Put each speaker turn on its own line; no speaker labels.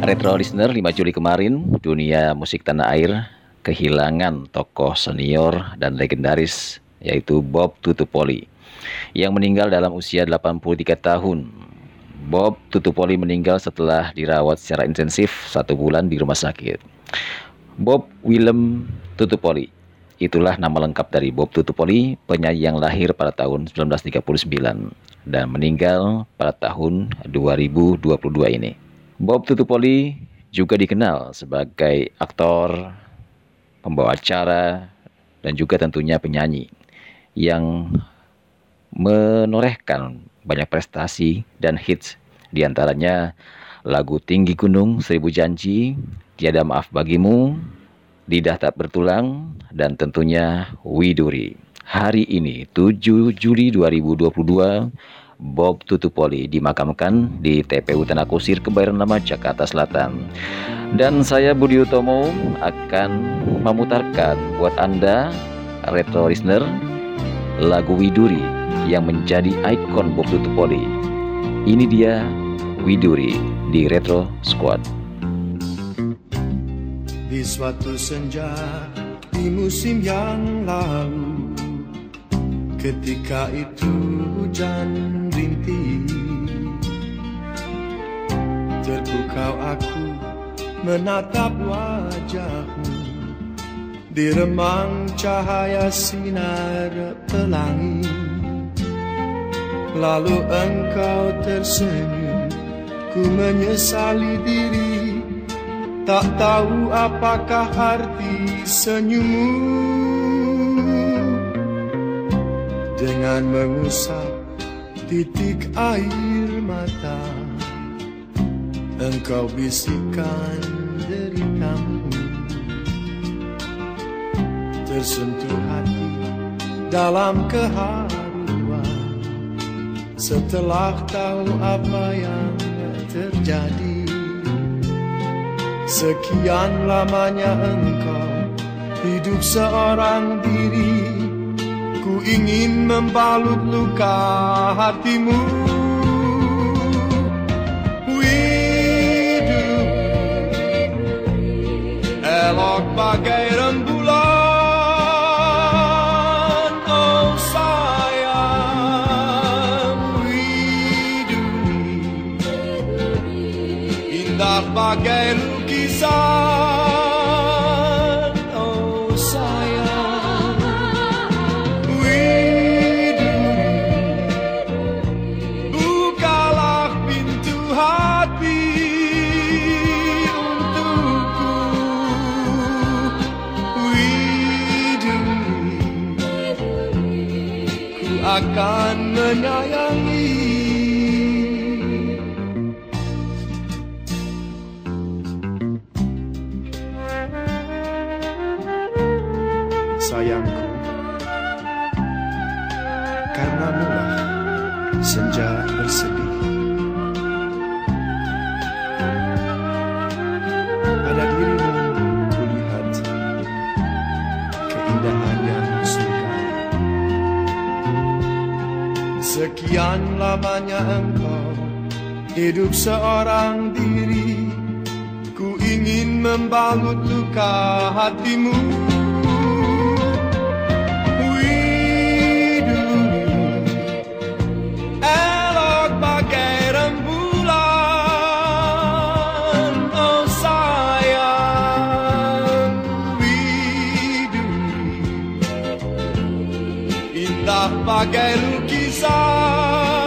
Retro Listener, 5 Juli kemarin, dunia musik tanah air kehilangan tokoh senior dan legendaris yaitu Bob Tutupoli yang meninggal dalam usia 83 tahun. Bob Tutupoli meninggal setelah dirawat secara intensif 1 bulan di rumah sakit. Bob Willem Tutupoli, itulah nama lengkap dari Bob Tutupoli, penyanyi yang lahir pada tahun 1939 dan meninggal pada tahun 2022 ini. Bob Tutupoli juga dikenal sebagai aktor, pembawa acara, dan juga tentunya penyanyi yang menorehkan banyak prestasi dan hits, diantaranya lagu Tinggi Gunung, Seribu Janji, Tiada Maaf Bagimu, Lidah Tak Bertulang, dan tentunya Widuri. Hari ini 7 Juli 2022, Bob Tutupoli dimakamkan di TPU Tanah Kusir, Kebayoran Lama, Jakarta Selatan. Dan saya Budi Utomo akan memutarkan buat Anda, Retro Listener, lagu Widuri yang menjadi ikon Bob Tutupoli. Ini dia Widuri di Retro Squad.
Di suatu senja di musim yang lalu, ketika itu hujan rintih, terpukau aku menatap wajahmu di remang cahaya sinar pelangi. Lalu engkau tersenyum, ku menyesali diri, tak tahu apakah arti senyummu. Dengan mengusap titik air mata, engkau bisikkan deritamu. Tersentuh hati dalam keharuan, setelah tahu apa yang terjadi. Sekian lamanya engkau hidup seorang diri, ku ingin membalut luka hatimu. Widuri, elok bagai rembulan, oh sayang. Widuri, indah bagai lukisan, oh sayang. Bukalah pintu hati untukku, Widuri, ku akan menyayangi. Sayangku, karenamulah senja bersedih. Pada dirimu kulihat keindahan yang surga. Sekian lamanya engkau hidup seorang diri, ku ingin membalut luka hatimu. Bagai lukisan,